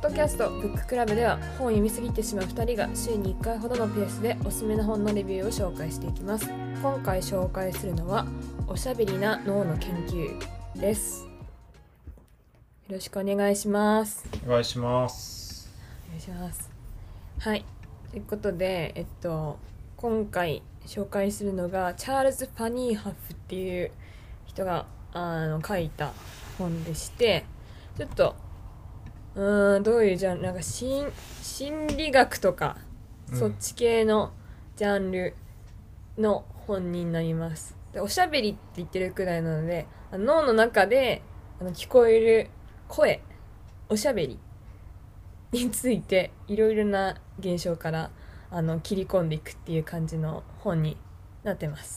ドキャストブッククラブでは本を読みすぎてしまう2人が週に1回ほどのペースでおすすめの本のレビューを紹介していきます。今回紹介するのはおしゃべりな脳の研究です。よろしくお願いします。 お願いします。 お願いします。はい、ということで今回紹介するのがチャールズ・パニーハフっていう人が書いた本でして、ちょっとどういうジャンル、なんか心理学とか、そっち系のジャンルの本になります。でおしゃべりって言ってるくらいなので、脳の中で聞こえる声、おしゃべりについていろいろな現象から切り込んでいくっていう感じの本になってます。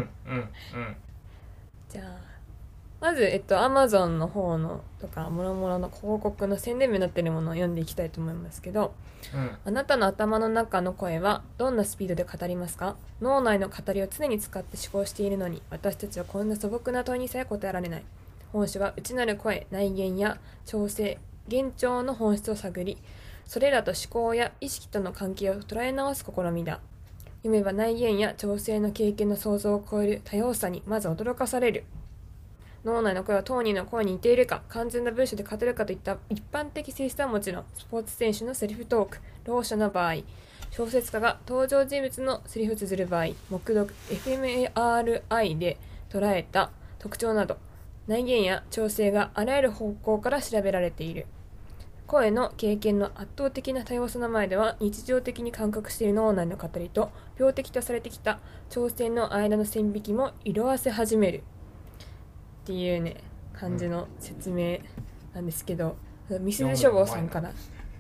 じゃあまずAmazon の方のとかもろもろの広告の宣伝文になっているものを読んでいきたいと思いますけど、あなたの頭の中の声はどんなスピードで語りますか？脳内の語りを常に使って思考しているのに、私たちはこんな素朴な問いにさえ答えられない。本書は内なる声、内言や調整、幻聴の本質を探り、それらと思考や意識との関係を捉え直す試みだ。読めば内言や調整の経験の想像を超える多様さにまず驚かされる。脳内の声は当人の声に似ているか、完全な文章で語るかといった一般的性質はもちろん、スポーツ選手のセリフトーク、ろう者の場合、小説家が登場人物のセリフを綴る場合、黙読、fMRI で捉えた特徴など、内言や調整があらゆる方向から調べられている。声の経験の圧倒的な多様さの前では、日常的に感覚している脳内の語りと、病的とされてきた調整の間の線引きも色あせ始める。っていうね感じの説明なんですけど、みすず書房さんから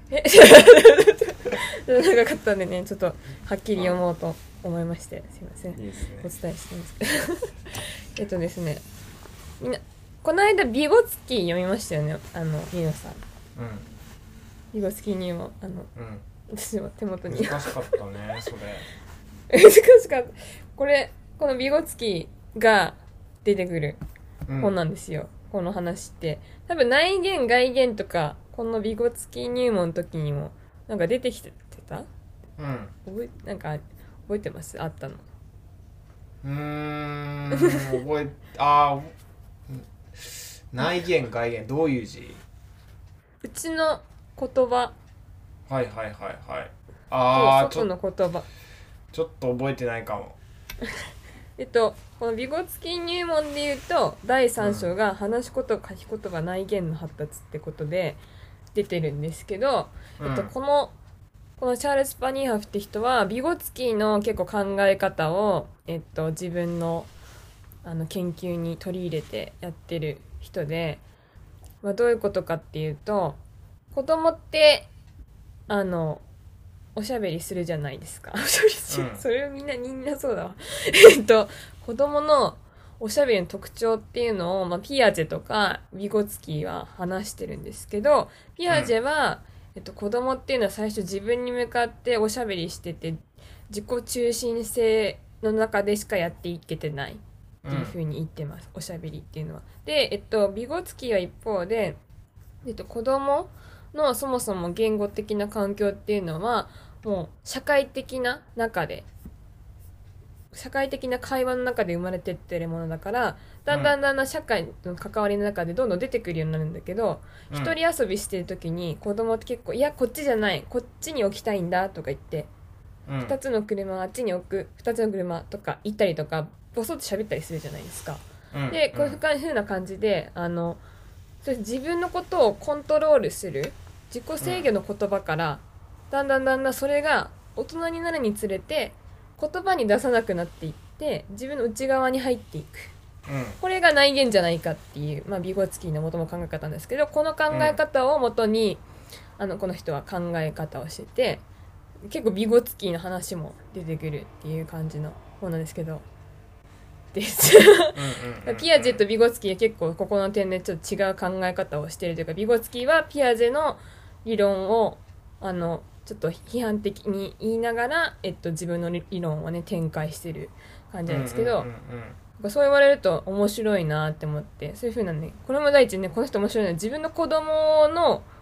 長かったんでね、ちょっとはっきり読もうと思いまして、すいません、 いいですね、 お伝えしてますけどですね、みんなこの間ビゴツキー読みましたよね、ニノさん。ビゴツキーにも私も手元に難しかったねそれ難しかった。このビゴツキーが出てくる本なんですよ、この話って。多分内言外言とかこのビゴツキー入門の時にもなんか出てきてた、なんか覚えてます？あったの内言外言どういう字？ うちの言葉、 はい外の言葉、 ちょっと覚えてないかもこのビゴツキー入門で言うと第3章が話し言葉書き言葉内言の発達ってことで出てるんですけど、このチャールズ・パニーハフって人はビゴツキーの結構考え方を、自分の研究に取り入れてやってる人で、どういうことかっていうと、子供っておしゃべりするじゃないですか。それをみんなそうだわ子供のおしゃべりの特徴っていうのを、ピアジェとかビゴツキーは話してるんですけど、ピアジェは、子供っていうのは最初自分に向かっておしゃべりしてて、自己中心性の中でしかやっていけてないっていう風に言ってます、おしゃべりっていうのは。で、ビゴツキーは一方で、子供のそもそも言語的な環境っていうのはもう社会的な会話の中で生まれてってるものだから、だんだん社会の関わりの中でどんどん出てくるようになるんだけど、一人遊びしてる時に子供って結構、いやこっちじゃない、こっちに置きたいんだとか言って、2つの車をあっちに置く、2つの車とか行ったりとかボソッと喋ったりするじゃないですか。でこういう風な感じでそれ自分のことをコントロールする自己制御の言葉から、だんだんそれが大人になるにつれて言葉に出さなくなっていって自分の内側に入っていく、これが内言じゃないかっていう、ビゴツキーの元の考え方なんですけど、この考え方を元に、この人は考え方をしてて、結構ビゴツキーの話も出てくるっていう感じの本なんですけどですピアジェとビゴツキーは結構ここの点でちょっと違う考え方をしているというか、ビゴツキーはピアジェの理論をちょっと批判的に言いながら、自分の理論をね展開してる感じなんですけど、そう言われると面白いなって思って、そういう風なね、これも第一ね、この人面白いのは自分の子供の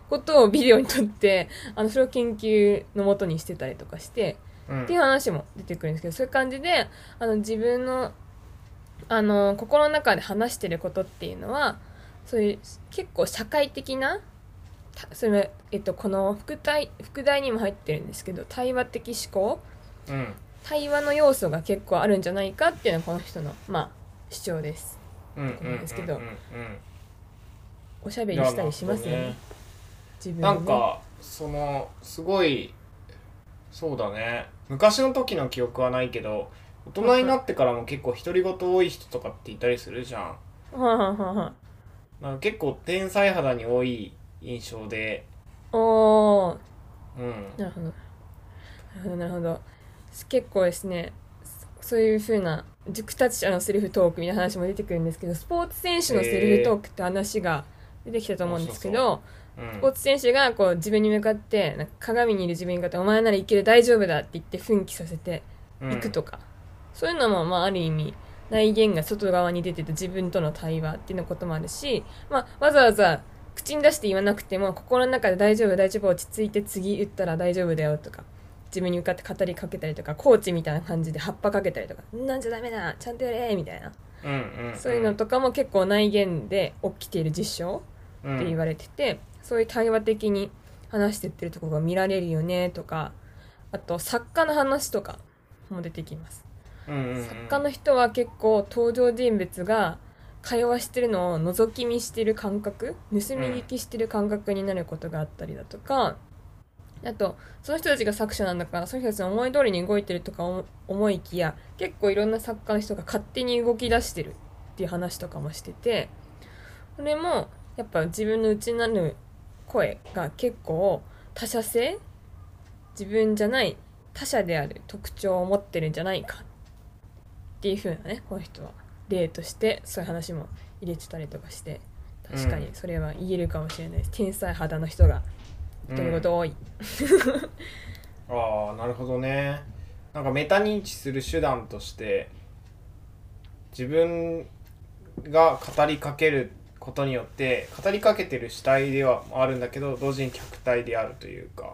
ことをビデオに撮ってそれを研究のもとにしてたりとかして、っていう話も出てくるんですけど、そういう感じで自分の心の中で話してることっていうのはそういう結構社会的なそれ、この副題にも入ってるんですけど、対話的思考、対話の要素が結構あるんじゃないかっていうのがこの人の主張です。ですけど、おしゃべりしたりしますよね。 自分でね。なんかすごいそうだね。昔の時の記憶はないけど、大人になってからも結構独り言多い人とかっていたりするじゃん。なんか結構天才肌に多い印象で。 なるほど。結構ですね、そういう風な熟達者のセルフトークみたいな話も出てくるんですけど、スポーツ選手のセルフトークって話が出てきたと思うんですけど、スポーツ選手がこう自分に向かってなんか鏡にいる自分に向かってお前ならいける大丈夫だって言って奮起させていくとか、そういうのもある意味内言が外側に出てて自分との対話っていうのこともあるし、わざわざ口に出して言わなくても心の中で大丈夫落ち着いて次言ったら大丈夫だよとか自分に向かって語りかけたりとか、コーチみたいな感じで葉っぱかけたりとか、なんじゃダメだちゃんとやれみたいな、そういうのとかも結構内言で起きている実証って言われてて、そういう対話的に話してってるところが見られるよねとか、あと作家の話とかも出てきます。作家の人は結構登場人物が会話してるのを覗き見してる感覚、盗み聞きしてる感覚になることがあったりだとか、あとその人たちが作者なんだからその人たちの思い通りに動いてるとか思いきや、結構いろんな作家の人が勝手に動き出してるっていう話とかもしてて、それもやっぱ自分の内なる声が結構他者性、自分じゃない他者である特徴を持ってるんじゃないかっていう風なね、この人は例としてそういう話も入れてたりとかして、確かにそれは言えるかもしれないです。天才肌の人が独り言多い、 ああ、なるほどね。なんかメタ認知する手段として自分が語りかけることによって語りかけてる主体ではあるんだけど同時に客体であるというか、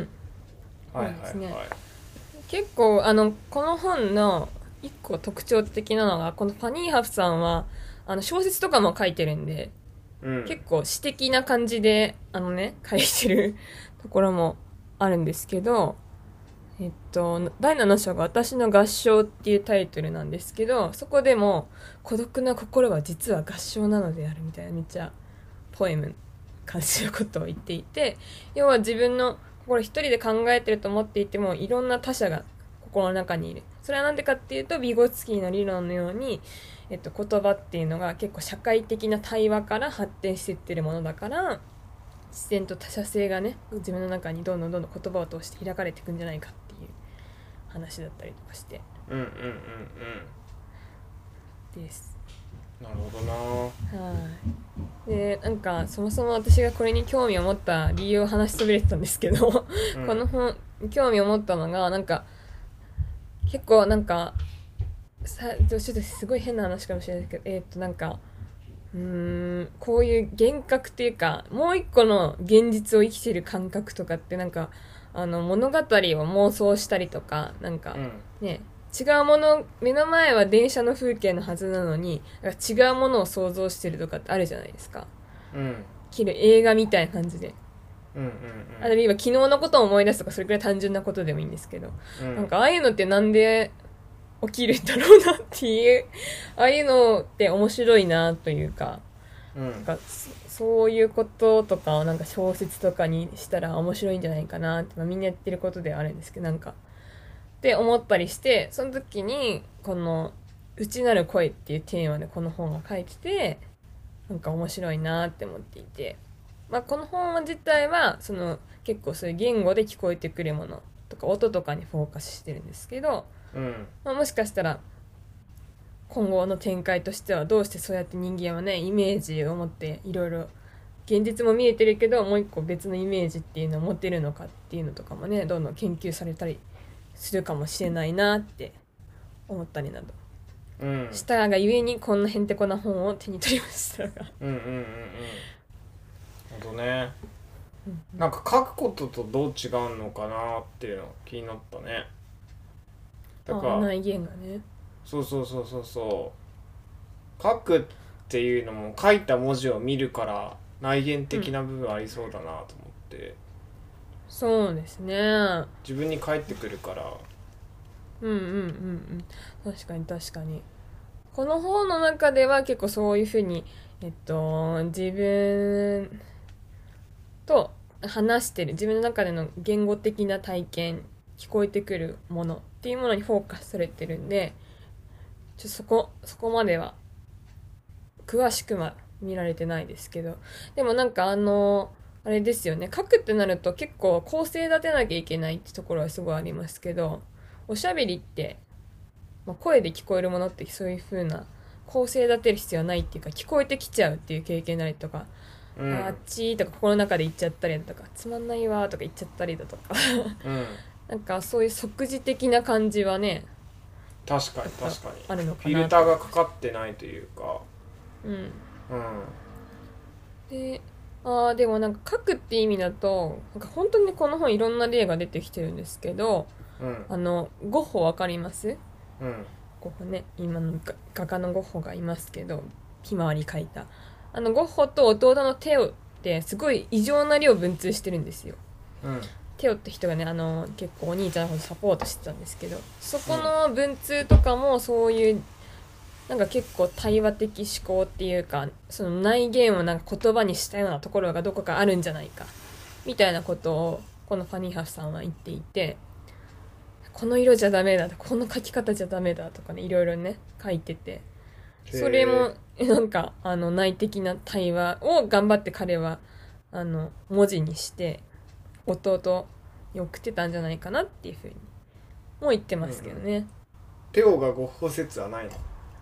結構この本の一個特徴的なのが、このファニーハフさんは小説とかも書いてるんで、結構詩的な感じで書いてるところもあるんですけど、第7章が私の合唱っていうタイトルなんですけど、そこでも孤独な心は実は合唱なのであるみたいなめっちゃポエム感じのことを言っていて、要は自分の心一人で考えてると思っていてもいろんな他者が心の中にいる。それはなんでかっていうとビゴツキーの理論のように、言葉っていうのが結構社会的な対話から発展していってるものだから、自然と他者性がね自分の中にどんどん言葉を通して開かれていくんじゃないかっていう話だったりとかしてです。 なるほどな。 はい。でなんかそもそも私がこれに興味を持った理由を話しそびれてたんですけどこの本興味を持ったのがなんか結構なんかちょっとすごい変な話かもしれないけど、なんかこういう幻覚っていうかもう一個の現実を生きてる感覚とかってなんか物語を妄想したりとかなんか、ね、違うもの、目の前は電車の風景のはずなのに違うものを想像してるとかってあるじゃないですか。切る映画みたいな感じで、あるいは昨日のことを思い出すとかそれくらい単純なことでもいいんですけど、なんかああいうのってなんで起きるんだろうなっていうああいうのって面白いなというか、なんかそういうこととかをなんか小説とかにしたら面白いんじゃないかなって、みんなやってることではあるんですけど、なんかって思ったりして、その時にこの内なる声っていうテーマでこの本が書いてて、なんか面白いなって思っていて、この本自体はその結構そういう言語で聞こえてくるものとか音とかにフォーカスしてるんですけど、もしかしたら今後の展開としてはどうしてそうやって人間はねイメージを持っていろいろ現実も見えてるけどもう一個別のイメージっていうのを持ってるのかっていうのとかもねどんどん研究されたりするかもしれないなって思ったりなどしたがゆえにこんなへんてこな本を手に取りましたがほんとね。 なんか書くこととどう違うのかなっていうの気になったね。 だから内言がね、 そう書くっていうのも書いた文字を見るから内言的な部分ありそうだなと思って、 そうですね、 自分に返ってくるから。 確かにこの本の中では結構そういうふうに自分と話してる自分の中での言語的な体験、聞こえてくるものっていうものにフォーカスされてるんで、そこまでは詳しくは見られてないですけど、でもなんかあれですよね、書くってなると結構構成立てなきゃいけないってところはすごいありますけど、おしゃべりって、声で聞こえるものってそういう風な構成立てる必要はないっていうか、聞こえてきちゃうっていう経験なりとか、あっちとか心の中で言っちゃったりだとか、つまんないわとか言っちゃったりだとかなんかそういう即時的な感じはね、 確かにあるのかな、 フィルターがかかってないというか。 ででもなんか書くって意味だと、なんか本当にこの本いろんな例が出てきてるんですけど、ゴッホわかります？ゴッホね、今の画家のゴッホがいますけど、ひまわり描いたゴッホと弟のテオってすごい異常な量文通してるんですよ。テオって人がね、結構お兄ちゃんのことサポートしてたんですけど、そこの文通とかもそういうなんか結構対話的思考っていうか、その内言をなんか言葉にしたようなところがどこかあるんじゃないかみたいなことをこのファニーハフさんは言っていて、この色じゃダメだとか、この書き方じゃダメだとかね、いろいろね書いてて、それもなんか内的な対話を頑張って彼は文字にして弟に送ってたんじゃないかなっていうふうにも言ってますけどね。 テオがゴッホ説はないの？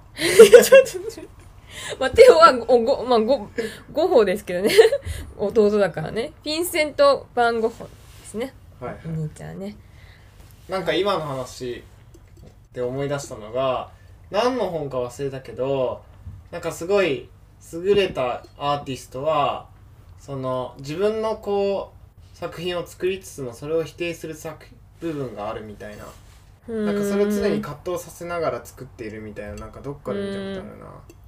テオはゴッホですけどね弟だからね。ヴィンセント・ヴァン・ゴッホですね、お兄ちゃんね。 なんか今の話で思い出したのが、何の本か忘れたけど、なんかすごい優れたアーティストはその自分のこう作品を作りつつもそれを否定する部分があるみたいな、なんかそれを常に葛藤させながら作っているみたいな、なんかどっかで見たことあるな。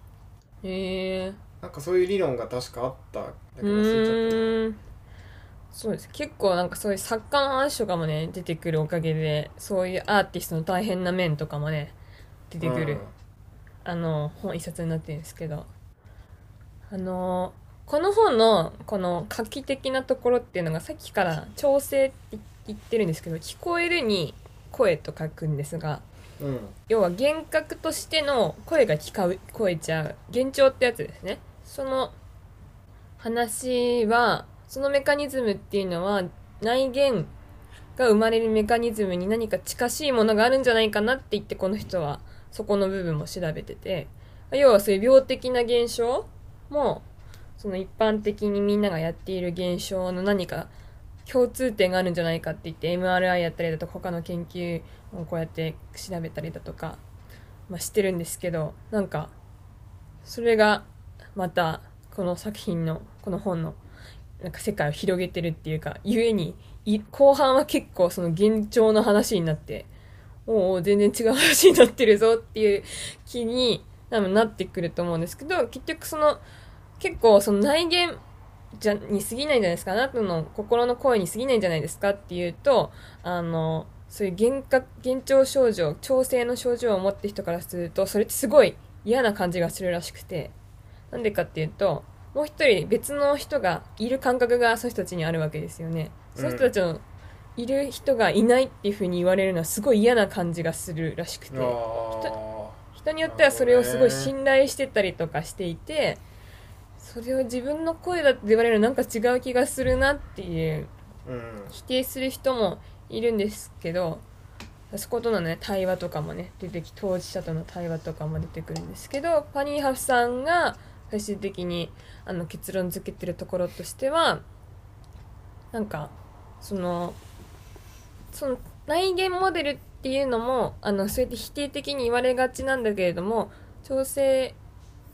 なんかそういう理論が確かあったんだけど忘れちゃったな。 そうです。結構なんかそういう作家の話とかもね出てくるおかげで、そういうアーティストの大変な面とかもね出てくる、本一冊になってるんですけど、この本のこの画期的なところっていうのが、さっきから調整って言ってるんですけど、聞こえるに声と書くんですが、要は幻覚としての声が聞こえちゃう幻聴ってやつですね。その話は、そのメカニズムっていうのは内言が生まれるメカニズムに何か近しいものがあるんじゃないかなって言って、この人はそこの部分も調べてて、要はそういう病的な現象もその一般的にみんながやっている現象の何か共通点があるんじゃないかって言って MRI やったりだとか他の研究をこうやって調べたりだとか、してるんですけど、なんかそれがまたこの作品のこの本のなんか世界を広げてるっていうか、ゆえに後半は結構その幻聴の話になって、全然違う話になってるぞっていう気になってくると思うんですけど、結局結構その内言に過ぎないんじゃないですか、あなたの心の声に過ぎないんじゃないですかっていうと、そういう幻聴症状、調整の症状を持ってる人からすると、それってすごい嫌な感じがするらしくて、なんでかっていうと、もう一人別の人がいる感覚がその人たちにあるわけですよね。その人たちのいる人がいないっていう風に言われるのはすごい嫌な感じがするらしくて、人によってはそれをすごい信頼してたりとかしていて、それを自分の声だって言われるのなんか違う気がするなっていう、否定する人もいるんですけど、そことのね対話とかもね当事者との対話とかも出てくるんですけど、ファニーハフさんが最終的に結論付けてるところとしては、なんかその内言モデルっていうのもそうやって否定的に言われがちなんだけれども、調整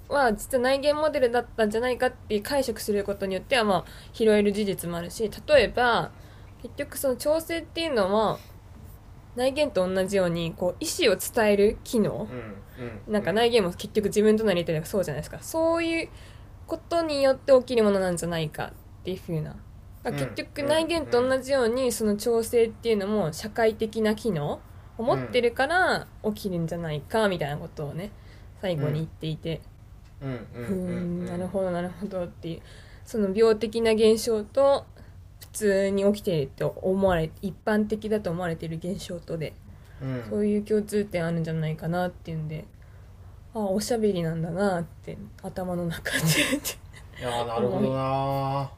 は実は内言モデルだったんじゃないかって解釈することによってはまあ拾える事実もあるし、例えば結局その調整っていうのは内言と同じようにこう意思を伝える機能、なんか内言も結局自分とのやり取りがそうじゃないですか。そういうことによって起きるものなんじゃないかっていう風な、結局内言と同じようにその調整っていうのも社会的な機能を持ってるから起きるんじゃないかみたいなことをね最後に言っていて、なるほどなるほどっていう、その病的な現象と普通に起きていると思われ、一般的だと思われている現象とで、そういう共通点あるんじゃないかなっていうんで、あ、おしゃべりなんだなって頭の中でいやなるほどな。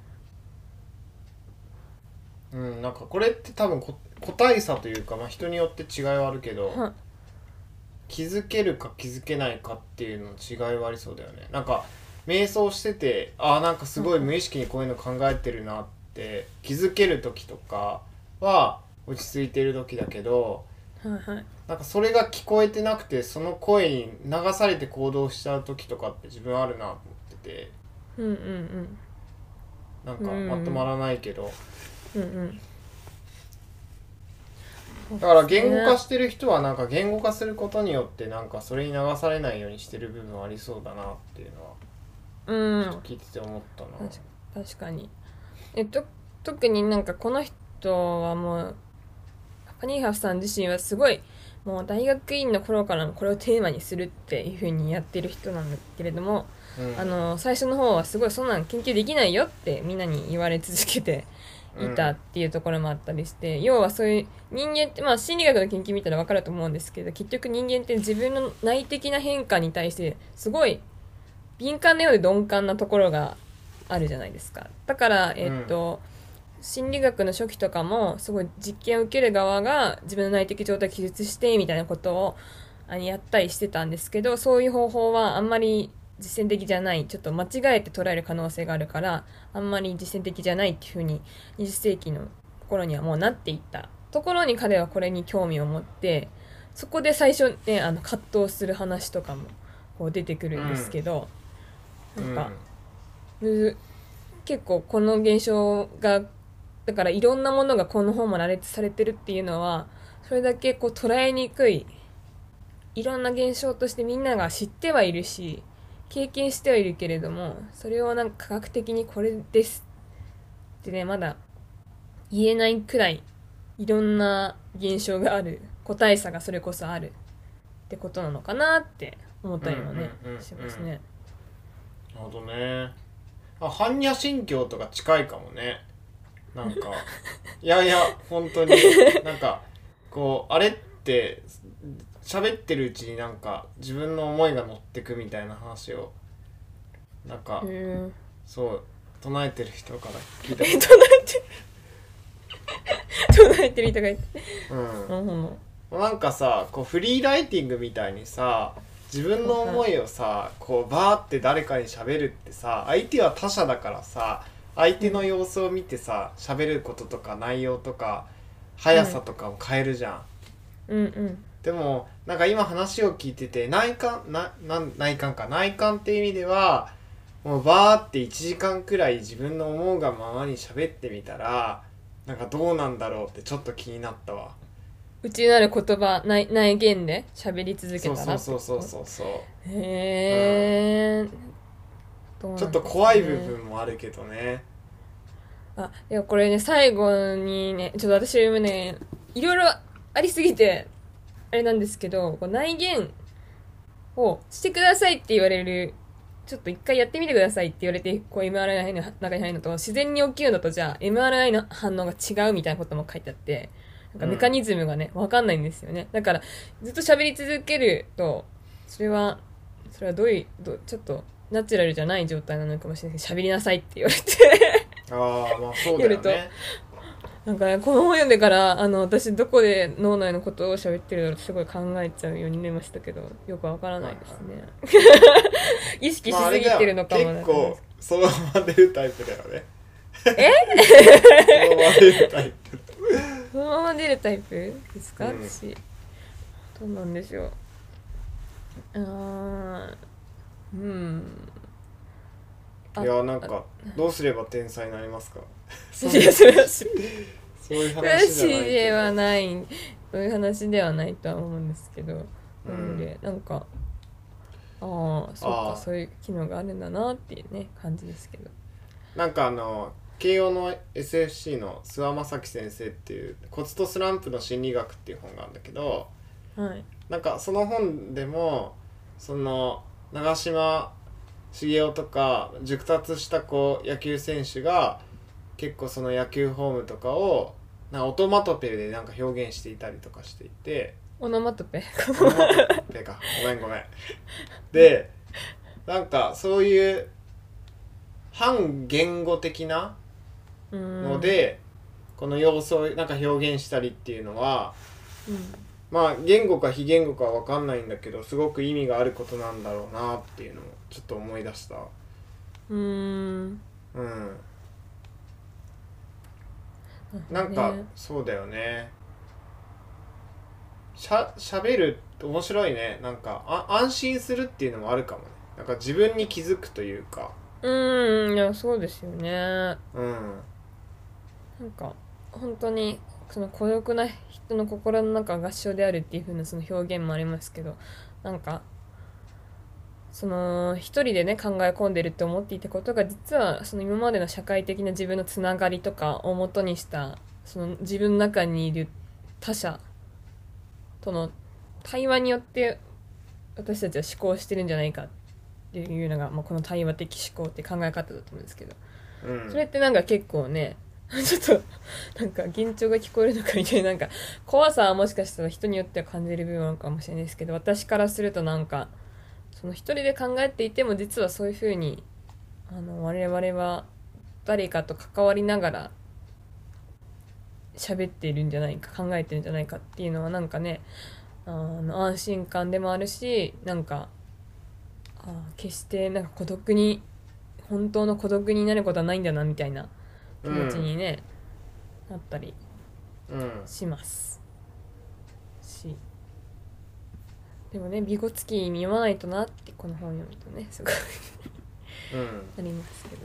なんかこれって多分個体差というか、まあ、人によって違いはあるけど、気づけるか気づけないかっていうの違いはありそうだよね。なんか瞑想してて、なんかすごい無意識にこういうの考えてるなって気づける時とかは落ち着いてる時だけど、なんかそれが聞こえてなくてその声に流されて行動しちゃう時とかって自分あるなと思ってて、なんかまとまらないけど、だから言語化してる人はなんか言語化することによってなんかそれに流されないようにしてる部分ありそうだなっていうのは聞いてて思ったな。 確かに。特になんかこの人はもうパニーハフさん自身はすごいもう大学院の頃からこれをテーマにするっていう風にやってる人なんだけれども、最初の方はすごいそんなん研究できないよってみんなに言われ続けていたっていうところもあったりして、要はそういう人間って、まあ心理学の研究見たら分かると思うんですけど、結局人間って自分の内的な変化に対してすごい敏感なようで鈍感なところがあるじゃないですか。だから心理学の初期とかもすごい実験を受ける側が自分の内的状態を記述してみたいなことをやったりしてたんですけど、そういう方法はあんまり実践的じゃない、ちょっと間違えて捉える可能性があるからあんまり実践的じゃないっていう風に20世紀の頃にはもうなっていったところに彼はこれに興味を持って、そこで最初ね葛藤する話とかもこう出てくるんですけど、なんか結構この現象がだからいろんなものがこの本も羅列されてるっていうのはそれだけこう捉えにくいいろんな現象としてみんなが知ってはいるし経験してはいるけれども、それをなんか科学的にこれですってねまだ言えないくらいいろんな現象がある、個体差がそれこそあるってことなのかなって思ったりもねしますね。 なるほどね。般若心経とか近いかもね。なんかいや本当になんかこうあれって喋ってるうちになんか自分の思いが乗ってくみたいな話をなんかそう唱えてる人から聞いたこと唱えてる人がいて、 なんかさこうフリーライティングみたいにさ自分の思いをさこうバーって誰かに喋るってさ、相手は他者だからさ相手の様子を見てさ喋ることとか内容とか速さとかを変えるじゃん。でもなんか今話を聞いてて内観っていう意味ではもうバーって1時間くらい自分の思うがままに喋ってみたらなんかどうなんだろうってちょっと気になったわ。 内なる言葉内言で喋り続けたらそうへー、 ちょっと怖い部分もあるけどね。 いやこれね最後にねちょっと私もねいろいろありすぎてあれなんですけど、こう内言をしてくださいって言われる、ちょっと一回やってみてくださいって言われてこう MRI の中に入るのと自然に起きるのとじゃあ MRI の反応が違うみたいなことも書いてあって、なんかメカニズムがね分かんないんですよね。だからずっと喋り続けるとそれはどういうちょっとナチュラルじゃない状態なのかもしれないけど、喋りなさいって言われてまあそうだよね。 なんか、ね、この本読んでから私どこで脳内のことを喋ってるだろうとすごい考えちゃうようになりましたけど、よくわからないですね。意識しすぎてるのかもな。 結構そのまま出るタイプだよね。 そのまま出るタイプですか、私。どうなんでしょう。 いやなんかどうすれば天才になりますかそういう話ではない。 そういう話ではないとは思うんですけど、なのでなんかそうか、そういう機能があるんだなっていうね感じですけど、 なんか慶応の SFC の諏訪正樹先生っていうコツとスランプの心理学っていう本があるんだけど、 はい、 なんかその本でもその長嶋茂雄とか熟達した野球選手が結構その野球フォームとかをなんかオトマトペでなんか表現していたりとかしていて、 オノマトペオノマトペかごめんでなんかそういう反言語的なのでこの要素をなんか表現したりっていうのは、まあ言語か非言語かは分かんないんだけどすごく意味があることなんだろうなっていうのをちょっと思い出した。なんかそうだよね。しゃべるって面白いね。なんか安心するっていうのもあるかもね。なんか自分に気づくというか。 いやそうですよね。なんか本当にその孤独な人の心の中が合唱であるっていう風なその表現もありますけど、なんかその一人でね考え込んでるって思っていたことが実はその今までの社会的な自分のつながりとかをもとにしたその自分の中にいる他者との対話によって私たちは思考してるんじゃないかっていうのが、この対話的思考って考え方だと思うんですけど、それってなんか結構ねちょっとなんか幻聴が聞こえるのかみたいな、なんか怖さはもしかしたら人によっては感じる部分かもしれないですけど、私からするとなんかその一人で考えていても実はそういう風に我々は誰かと関わりながら喋っているんじゃないか、考えてるんじゃないかっていうのはなんかね、安心感でもあるし、なんか決してなんか本当の孤独になることはないんだなみたいな気持ちにね、なったりしますし、でもね美語付き読まないとなってこの本読むとねすごいなりますけど、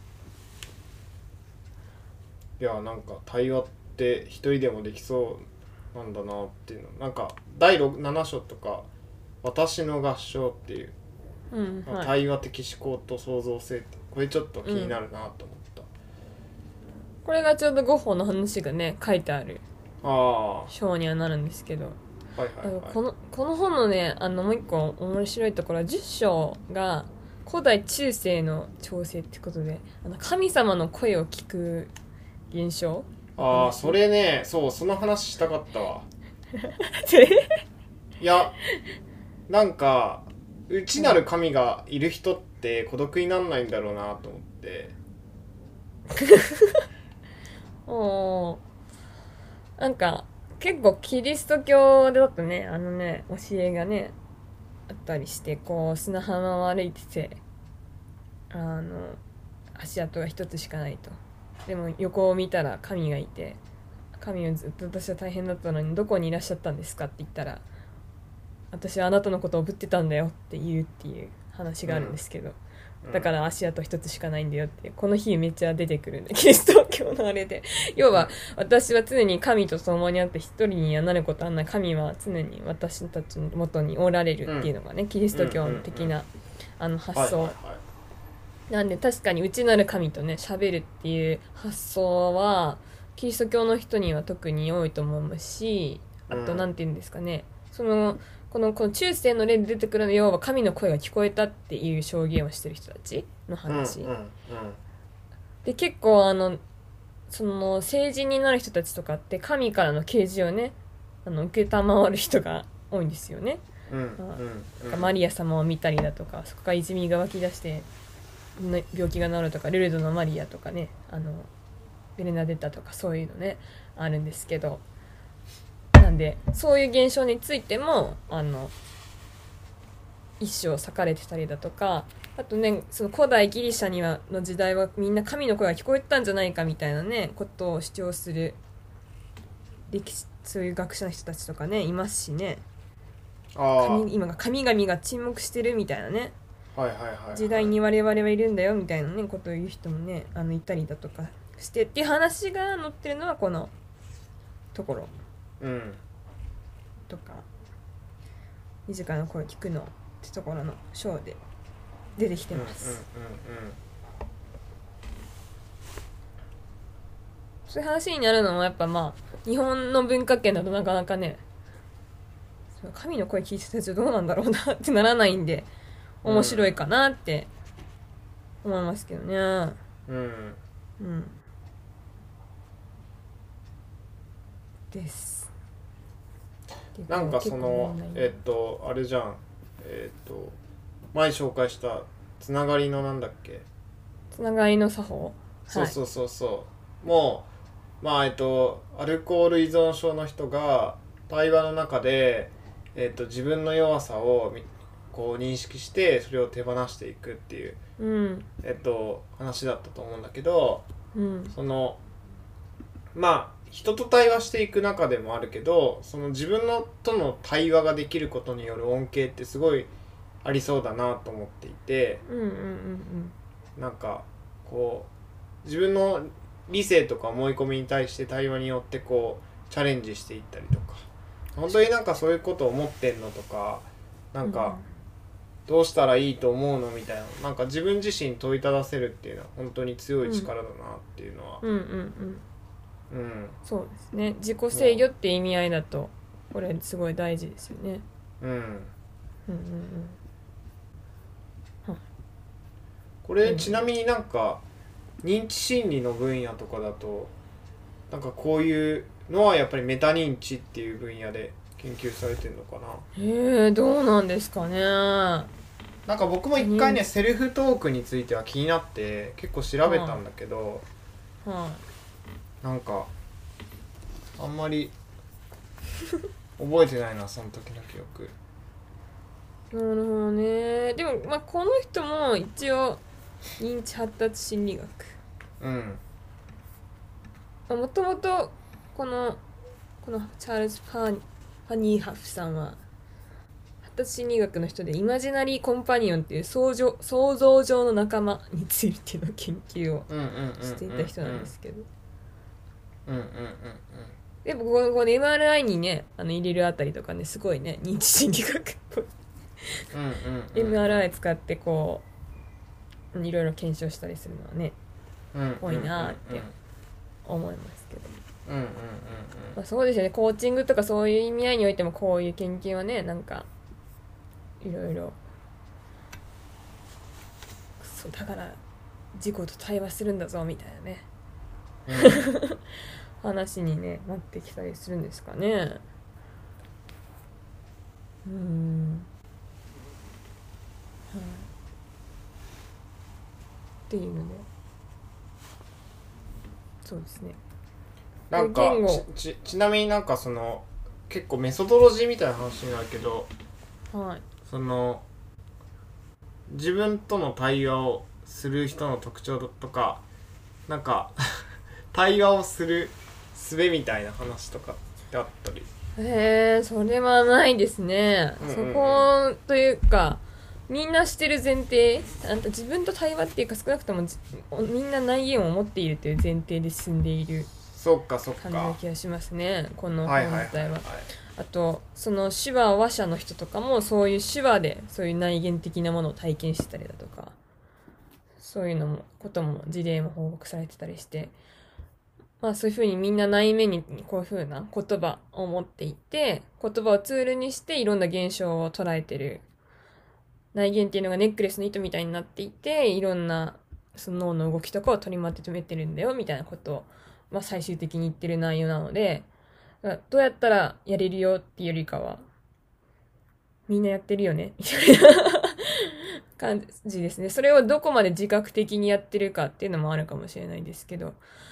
いやなんか対話って一人でもできそうなんだなっていうの、なんか第7章とか私の合唱っていう、対話的思考と創造性って、これちょっと気になるなと思った、 これがちょうどゴッホの話がね書いてある章にはなるんですけど、この本のねもう一個面白いところは10章が古代中世の調整ってことで、神様の声を聞く現象。 それね、その話したかったわいやなんか内なる神がいる人って孤独になんないんだろうなと思ってなんか結構キリスト教だとね教えがねあったりして、こう砂浜を歩いてて足跡が一つしかないと、でも横を見たら神がいて、神をずっと私は大変だったのにどこにいらっしゃったんですかって言ったら、私はあなたのことをぶってたんだよって言うっていう話があるんですけど、だから足跡一つしかないんだよってこの日めっちゃ出てくるんで、キリスト教のあれで要は私は常に神と共にあって一人にはなることはない、神は常に私たちの元におられるっていうのがね、キリスト教的な発想なんで、確かに内なる神とね喋るっていう発想はキリスト教の人には特に多いと思うし、あとなんて言うんですかね、この中世の例で出てくるの要は神の声が聞こえたっていう証言をしてる人たちの話、で結構その政治になる人たちとかって神からの啓示をね受けたまわる人が多いんですよね、マリア様を見たりだとか、そこから泉が湧き出して病気が治るとか、ルルドのマリアとかねベレナデッタとかそういうのねあるんですけど、なんでそういう現象についても一生裂かれてたりだとか、あとねその古代ギリシャの時代はみんな神の声が聞こえたんじゃないかみたいなねことを主張するそういう学者の人たちとかねいますしね、今が神々が沈黙してるみたいなねはいはいはい、はい、 時代に我々はいるんだよみたいなねことを言う人もねいたりだとかしてっていう話が載ってるのはこのところ、 うん、 とか自らの声を聞くのってところの章で出てきてます。そういう話になるのもやっぱまあ日本の文化圏だとなかなかね神の声聞いてたやつどうなんだろうなってならないんで面白いかなって思いますけどね。 うん、うん、 ですなんかそのあれじゃん前紹介したつながりのなんだっけつながりの作法、 そうそうそうそう、もうまあアルコール依存症の人が対話の中で、自分の弱さをこう認識してそれを手放していくっていう、 うん、 話だったと思うんだけど、 うん、 そのまあ人と対話していく中でもあるけど、その自分のとの対話ができることによる恩恵ってすごいありそうだなと思っていて、 うんうんうんうん、 なんかこう自分の理性とか思い込みに対して対話によってこうチャレンジしていったりとか、本当になんかそういうことを思ってんのとか、なんかどうしたらいいと思うのみたいな、なんか自分自身問いただせるっていうのは本当に強い力だなっていうのは、 うんうんうんうん、 そうですね。自己制御って意味合いだとこれすごい大事ですよね。 うん、うんうんうん、 これちなみになんか認知心理の分野とかだとなんかこういうのはやっぱりメタ認知っていう分野で研究されてるのかな。 どうなんですかね。 なんか僕も一回ねセルフトークについては気になって結構調べたんだけど、なんかあんまり覚えてないなその時の記憶。 なるほどね。でもまあこの人も一応認知発達心理学、もともとこのチャールズ・ファニーハフさんは発達心理学の人でイマジナリー・コンパニオンっていう想像上の仲間についての研究をしていた人なんですけど、でもこの MRI にね入れるあたりとかねすごいね認知心理学っぽいMRI 使ってこういろいろ検証したりするのはね多いなって思いますけど、まあ、そうですよね。コーチングとかそういう意味合いにおいてもこういう研究はねなんかいろいろそうだから自己と対話するんだぞみたいなね、話にねなってきたりするんですかね。はい、っていうのでそうですね。 なんかちなみになんかその結構メソドロジーみたいな話になるけど、 はい、 その自分との対話をする人の特徴とかなんか対話をする術みたいな話とかってあったり。 それはないですね、そこというかみんなしてる前提自分と対話っていうか少なくともみんな内言を持っているという前提で進んでいる感じな気がしますねこの本自体は。あとその手話話者の人とかもそういう手話でそういう内言的なものを体験してたりだとかそういうのもことも事例も報告されてたりして、まあそういうふうにみんな内面にこういうふうな言葉を持っていて言葉をツールにしていろんな現象を捉えてる内言っていうのがネックレスの糸みたいになっていていろんなその脳の動きとかを取りまとめてるんだよみたいなことを、まあ、最終的に言ってる内容なのでどうやったらやれるよっていうよりかはみんなやってるよねみたいな感じですね。それをどこまで自覚的にやってるかっていうのもあるかもしれないですけど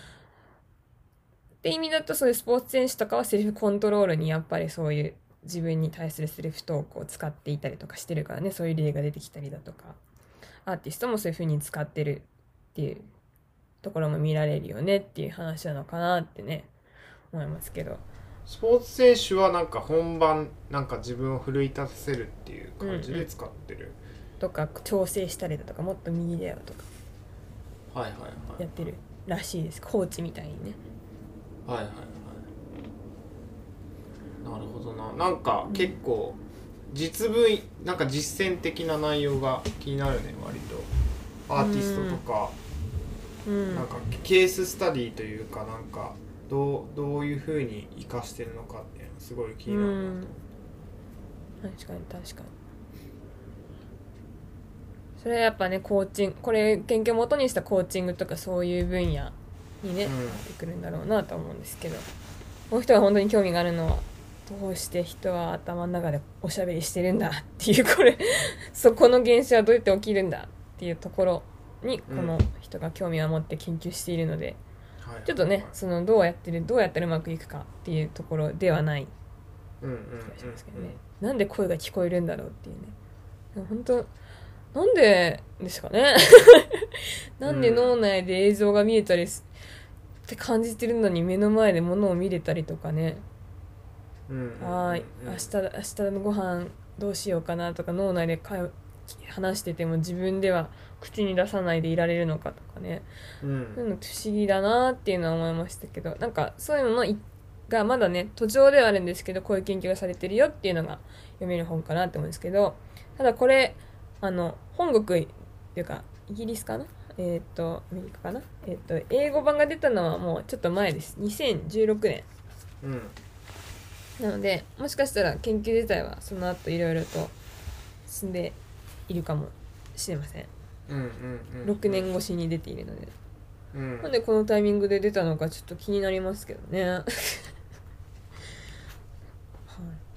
って意味だとそういうスポーツ選手とかはセルフコントロールにやっぱりそういう自分に対するセルフトークを使っていたりとかしてるからねそういう例が出てきたりだとかアーティストもそういう風に使ってるっていうところも見られるよねっていう話なのかなってね思いますけど。 スポーツ選手はなんか本番なんか自分を奮い立たせるっていう感じで使ってる、 とか調整したりだとか、もっと右だよとかはいはいはいやってるらしいです。コーチみたいにね。 はいはいはい。なるほどな。なんか結構実分なんか実践的な内容が気になるね、割と。アーティストとか、なんかケーススタディというか、なんかどういう風に活かしてるのかっていうのすごい気になるなと思って。 確かに確かに。それはやっぱね、コーチング、これ研究を元にしたコーチングとかそういう分野にね、なってくるんだろうなと思うんですけど、もう人が本当に興味があるのは、どうして人は頭の中でおしゃべりしてるんだっていう、これそこの現象はどうやって起きるんだっていうところにこの人が興味を持って研究しているので、ちょっとね、そのどうやったらうまくいくかっていうところではない気がしますけどね。なんで声が聞こえるんだろうっていうね。本当なんでですかねなんで脳内で映像が見えたりって感じてるのに目の前で物を見れたりとかね。明日のご飯どうしようかなとか脳内で話してても自分では口に出さないでいられるのかとかね、そういうの不思議だなっていうのは思いましたけど、なんかそういうのがまだね途上ではあるんですけど、こういう研究がされてるよっていうのが読める本かなって思うんですけど、ただこれ本国っていうかイギリスかな、アメリカかな、英語版が出たのはもうちょっと前です。2016年、なのでもしかしたら研究自体はその後いろいろと進んでいるかもしれません。6年越しに出ているので、なんでこのタイミングで出たのかちょっと気になりますけどねはい、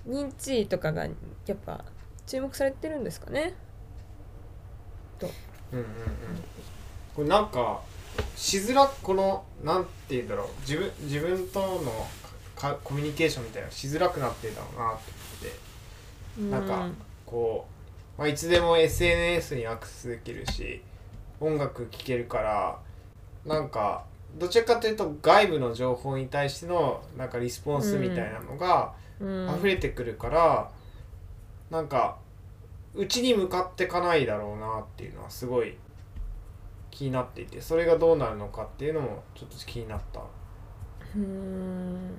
認知とかがやっぱ注目されてるんですかねと。 これなんかしづらこのなんて言うんだろう、自分とのコミュニケーションみたいなしづらくなってるだろうなって思って、なんかこう、いつでも SNS にアクセスできるし音楽聴けるから、なんかどちらかというと外部の情報に対してのなんかリスポンスみたいなのが溢れてくるから、なんかうちに向かってかないだろうなっていうのはすごい気になっていて、それがどうなるのかっていうのもちょっと気になった。 確かに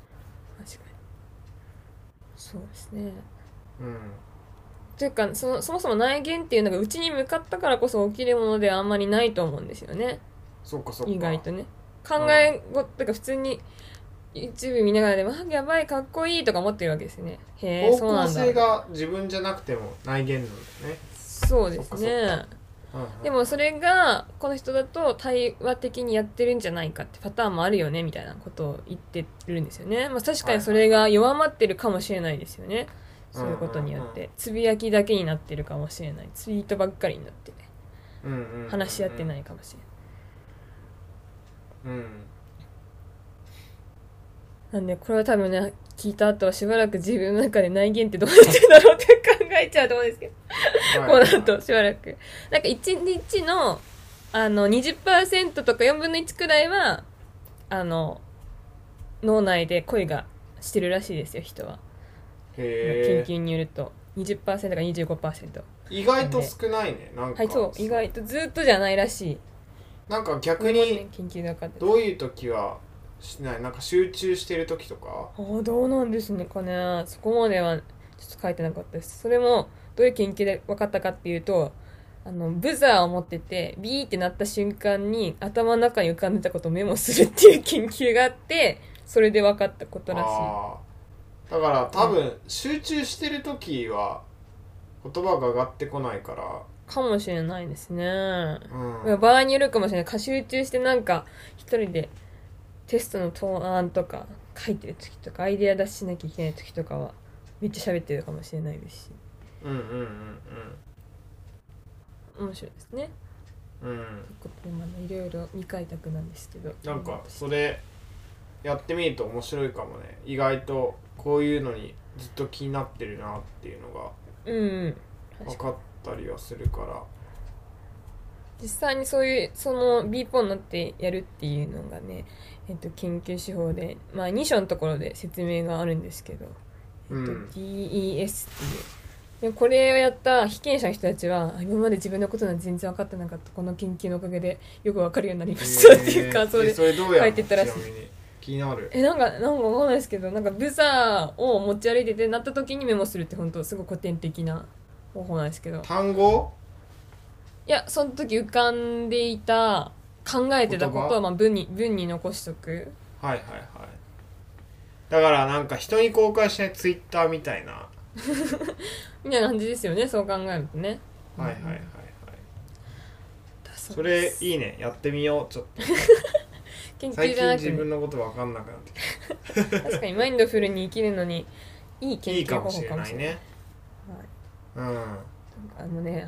そうですね。というかそもそも内言っていうのがうちに向かったからこそ起きるものではあんまりないと思うんですよね。 そうかそうか。 意外とね、考えとか普通に YouTube 見ながらでもやばいかっこいいとか思ってるわけですよね。 へえ、方向性が自分じゃなくても内言なんだよね。 そうですね。でもそれがこの人だと対話的にやってるんじゃないかってパターンもあるよねみたいなことを言ってるんですよね。確かにそれが弱まってるかもしれないですよね。そういうことによってつぶやきだけになってるかもしれない、ツイートばっかりになって話し合ってないかもしれない。なんでこれは多分ね聞いた後はしばらく自分の中で内言ってどうなってるんだろうって考えちゃうと思うんですけどこの後しばらくなんか1日の20% とか4分の1くらいは脳内で声がしてるらしいですよ、人は。研究によると 20% か 25%。 意外と少ないね。なんか、 はい、そう意外とずっとじゃないらしい。 なんか逆にどういう時はしない、なんか集中してる時とか。 どうなんですねかね。そこまではちょっと書いてなかったです。それもどういう研究で分かったかっていうと、ブザーを持っててビーってなった瞬間に頭の中に浮かんでたことをメモするっていう研究があって、それで分かったことらしい。 だから多分集中してる時は言葉が上がってこないからかもしれないですね。場合によるかもしれない。集中してなんか一人でテストの答案とか書いてる時とかアイデア出ししなきゃいけない時とかはめっちゃ喋ってるかもしれないですし。面白いですね。いろいろ未開拓なんですけど、 なんかそれやってみると面白いかもね。意外とこういうのにずっと気になってるなっていうのが分かったりはするから、 実際にそういうその B ポンになってやるっていうのがね、研究手法で、2章のところで説明があるんですけど、DES っていうでこれをやった被験者の人たちは今まで自分のことなんて全然分かってなかった、この研究のおかげでよく分かるようになりましたっていう感想で書いてったらしい。 気になる。 なんか分かんないですけど、なんかブザーを持ち歩いててなった時にメモするって本当すごい古典的な方法なんですけど。 単語？ いや、その時浮かんでいた考えてたことをまあ文に残しとく。 はいはいはい。だからなんか人に公開しないツイッターみたいなみたいな感じですよね、そう考えるとね。 はいはいはいはい。それいいね、やってみようちょっと。研究じゃなくて、最近自分のこと分かんなくなってきた。確かにマインドフルに生きるのにいい研究方法かもしれない。いいかもしれないね。はい。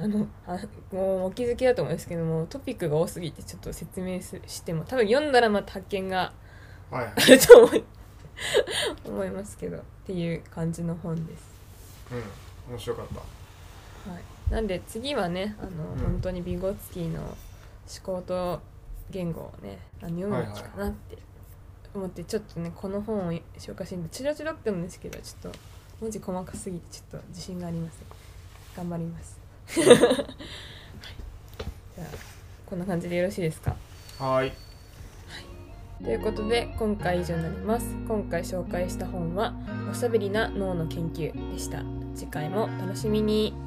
もうお気づきだと思うんですけども、トピックが多すぎてちょっと説明しても多分読んだらまた発見があると思いますけどっていう感じの本です。 面白かった。 はい。なんで次はね、本当にビゴツキーの思考と言語をね、読むべきかなって思って、ちょっとねこの本を紹介してみてチラチラって思うんですけど、ちょっと文字細かすぎてちょっと自信がありません。頑張ります。はい、じゃあこんな感じでよろしいですか？ はい。 ということで今回以上になります。今回紹介した本はおしゃべりな脳の研究でした。次回も楽しみに。